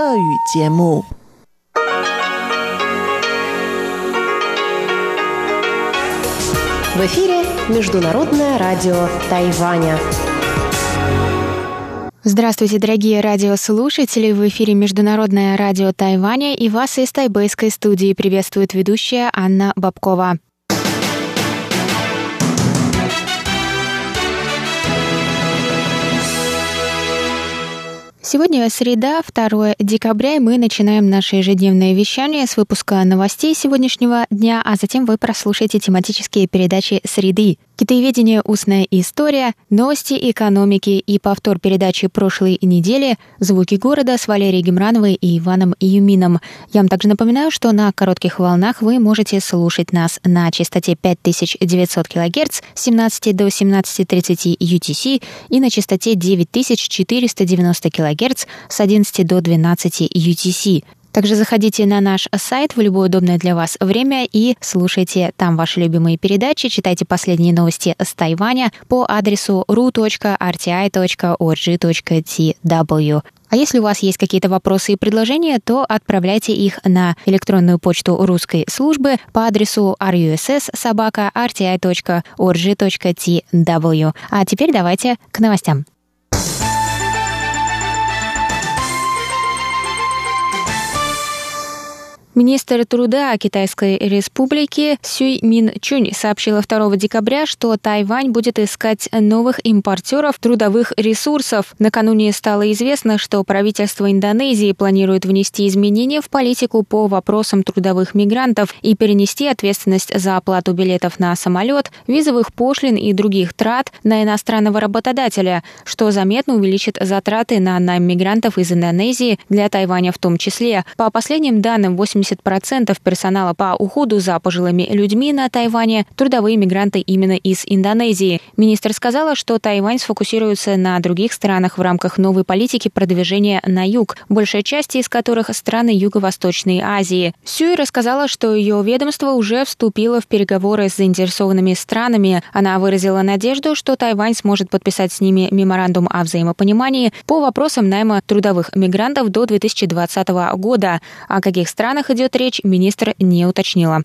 俄语节目。 В эфире Международное радио Тайваня. Здравствуйте, дорогие радиослушатели! В эфире Международное радио Тайваня, и вас из тайбэйской студии приветствует ведущая Анна Бабкова. Сегодня среда, 2 декабря, и мы начинаем наше ежедневное вещание с выпуска новостей сегодняшнего дня, а затем вы прослушаете тематические передачи «Среды». Китаеведение, устная история, новости экономики и повтор передачи прошлой недели «Звуки города» с Валерией Гемрановой и Иваном Юмином. Я вам также напоминаю, что на коротких волнах вы можете слушать нас на частоте 5900 кГц с 17 до 17:30 UTC и на частоте 9490 кГц с 11 до 12 UTC. Также заходите на наш сайт в любое удобное для вас время и слушайте там ваши любимые передачи, читайте последние новости с Тайваня по адресу ru.rti.org.tw. А если у вас есть какие-то вопросы и предложения, то отправляйте их на электронную почту русской службы по адресу russ@rti.org.tw. А теперь давайте к новостям. Министр труда Китайской Республики Сюй Мин Чунь сообщила 2 декабря, что Тайвань будет искать новых импортеров трудовых ресурсов. Накануне стало известно, что правительство Индонезии планирует внести изменения в политику по вопросам трудовых мигрантов и перенести ответственность за оплату билетов на самолет, визовых пошлин и других трат на иностранного работодателя, что заметно увеличит затраты на найм мигрантов из Индонезии для Тайваня в том числе. По последним данным, 80% персонала по уходу за пожилыми людьми на Тайване – трудовые мигранты именно из Индонезии. Министр сказала, что Тайвань сфокусируется на других странах в рамках новой политики продвижения на юг, большая часть из которых – страны Юго-Восточной Азии. Сюй рассказала, что ее ведомство уже вступило в переговоры с заинтересованными странами. Она выразила надежду, что Тайвань сможет подписать с ними меморандум о взаимопонимании по вопросам найма трудовых мигрантов до 2020 года. О каких странах идет речь, министр не уточнила.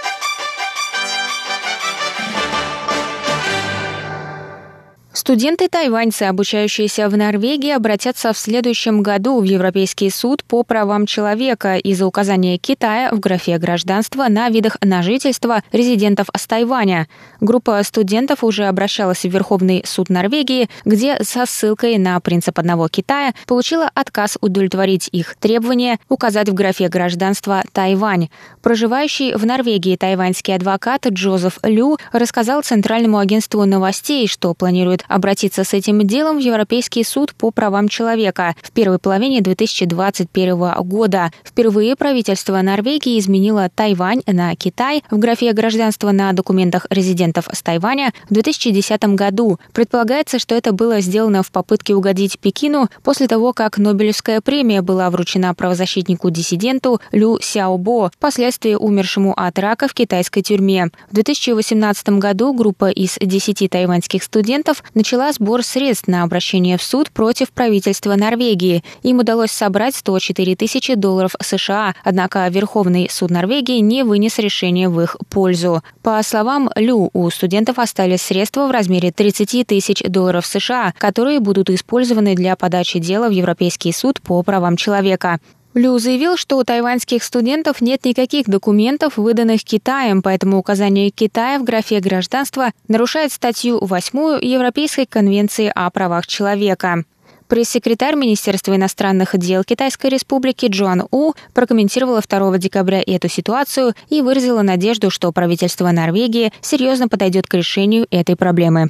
Студенты-тайваньцы, обучающиеся в Норвегии, обратятся в следующем году в Европейский суд по правам человека из-за указания Китая в графе гражданства на видах на жительство резидентов с Тайваня. Группа студентов уже обращалась в Верховный суд Норвегии, где со ссылкой на принцип одного Китая получила отказ удовлетворить их требования указать в графе гражданства Тайвань. Проживающий в Норвегии тайваньский адвокат Джозеф Лю рассказал Центральному агентству новостей, что планирует обратиться с этим делом в Европейский суд по правам человека в первой половине 2021 года. Впервые правительство Норвегии изменило Тайвань на Китай в графе гражданства на документах резидентов с Тайваня в 2010 году. Предполагается, что это было сделано в попытке угодить Пекину после того, как Нобелевская премия была вручена правозащитнику-диссиденту Лю Сяобо, впоследствии умершему от рака в китайской тюрьме. В 2018 году группа из 10 тайваньских студентов начала сбор средств на обращение в суд против правительства Норвегии. Им удалось собрать $104 тысячи США, однако Верховный суд Норвегии не вынес решение в их пользу. По словам Лю, у студентов остались средства в размере $30 тысяч США, которые будут использованы для подачи дела в Европейский суд по правам человека. Лю заявил, что у тайваньских студентов нет никаких документов, выданных Китаем, поэтому указание Китая в графе гражданства нарушает статью 8 Европейской конвенции о правах человека. Пресс-секретарь Министерства иностранных дел Китайской Республики Джоан У прокомментировала 2 декабря эту ситуацию и выразила надежду, что правительство Норвегии серьезно подойдет к решению этой проблемы.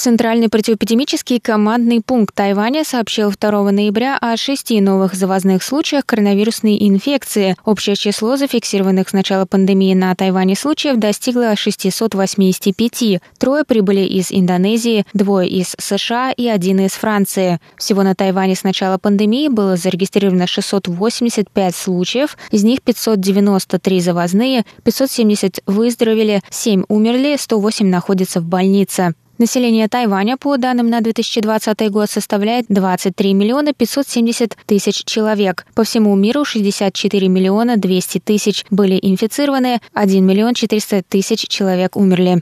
Центральный противоэпидемический командный пункт Тайваня сообщил 2 ноября о 6 новых завозных случаях коронавирусной инфекции. Общее число зафиксированных с начала пандемии на Тайване случаев достигло 685. 3 прибыли из Индонезии, 2 из США и 1 из Франции. Всего на Тайване с начала пандемии было зарегистрировано 685 случаев, из них 593 завозные, 570 выздоровели, 7 умерли, 108 находятся в больнице. Население Тайваня, по данным на 2020 год, составляет 23 миллиона 570 тысяч человек. По всему миру 64 миллиона 200 тысяч были инфицированы, 1 миллион 400 тысяч человек умерли.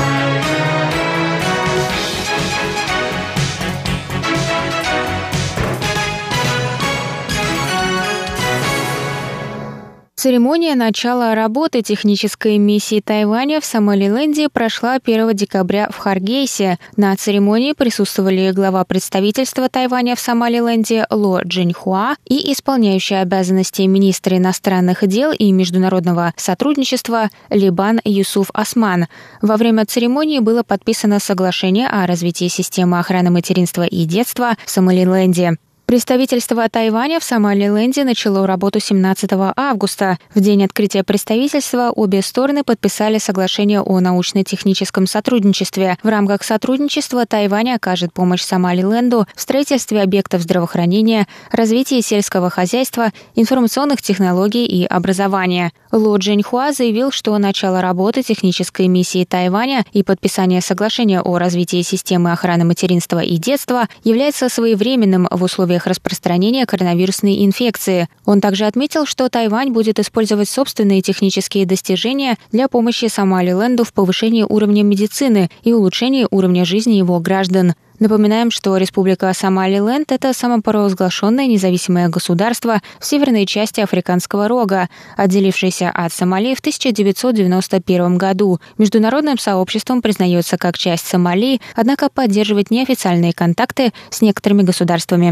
Церемония начала работы технической миссии Тайваня в Сомалиленде прошла 1 декабря в Харгейсе. На церемонии присутствовали глава представительства Тайваня в Сомалиленде Ло Джиньхуа и исполняющий обязанности министра иностранных дел и международного сотрудничества Либан Юсуф Осман. Во время церемонии было подписано соглашение о развитии системы охраны материнства и детства в Сомалиленде. Представительство Тайваня в Сомалиленде начало работу 17 августа. В день открытия представительства обе стороны подписали соглашение о научно-техническом сотрудничестве. В рамках сотрудничества Тайвань окажет помощь Сомалиленду в строительстве объектов здравоохранения, развитии сельского хозяйства, информационных технологий и образования. Ло Джиньхуа заявил, что начало работы технической миссии Тайваня и подписание соглашения о развитии системы охраны материнства и детства является своевременным в условиях распространения коронавирусной инфекции. Он также отметил, что Тайвань будет использовать собственные технические достижения для помощи Сомалиленду в повышении уровня медицины и улучшении уровня жизни его граждан. Напоминаем, что Республика Сомалиленд – это самопровозглашенное независимое государство в северной части Африканского рога, отделившееся от Сомали в 1991 году. Международным сообществом признается как часть Сомали, однако поддерживает неофициальные контакты с некоторыми государствами.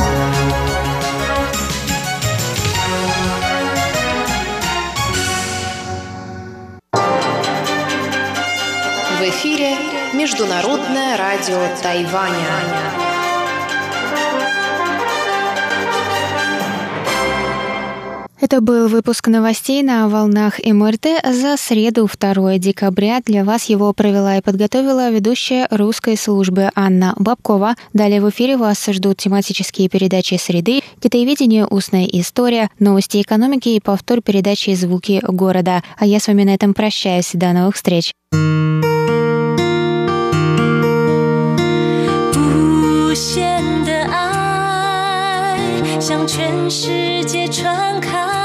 В эфире Международное радио Тайваня. Это был выпуск новостей на волнах МРТ за среду, 2 декабря. Для вас его провела и подготовила ведущая русской службы Анна Бабкова. Далее в эфире вас ждут тематические передачи «Среды», «Китаеведение. Устная история», новости экономики и повтор передачи «Звуки города». А я с вами на этом прощаюсь. До новых встреч. 向全世界传开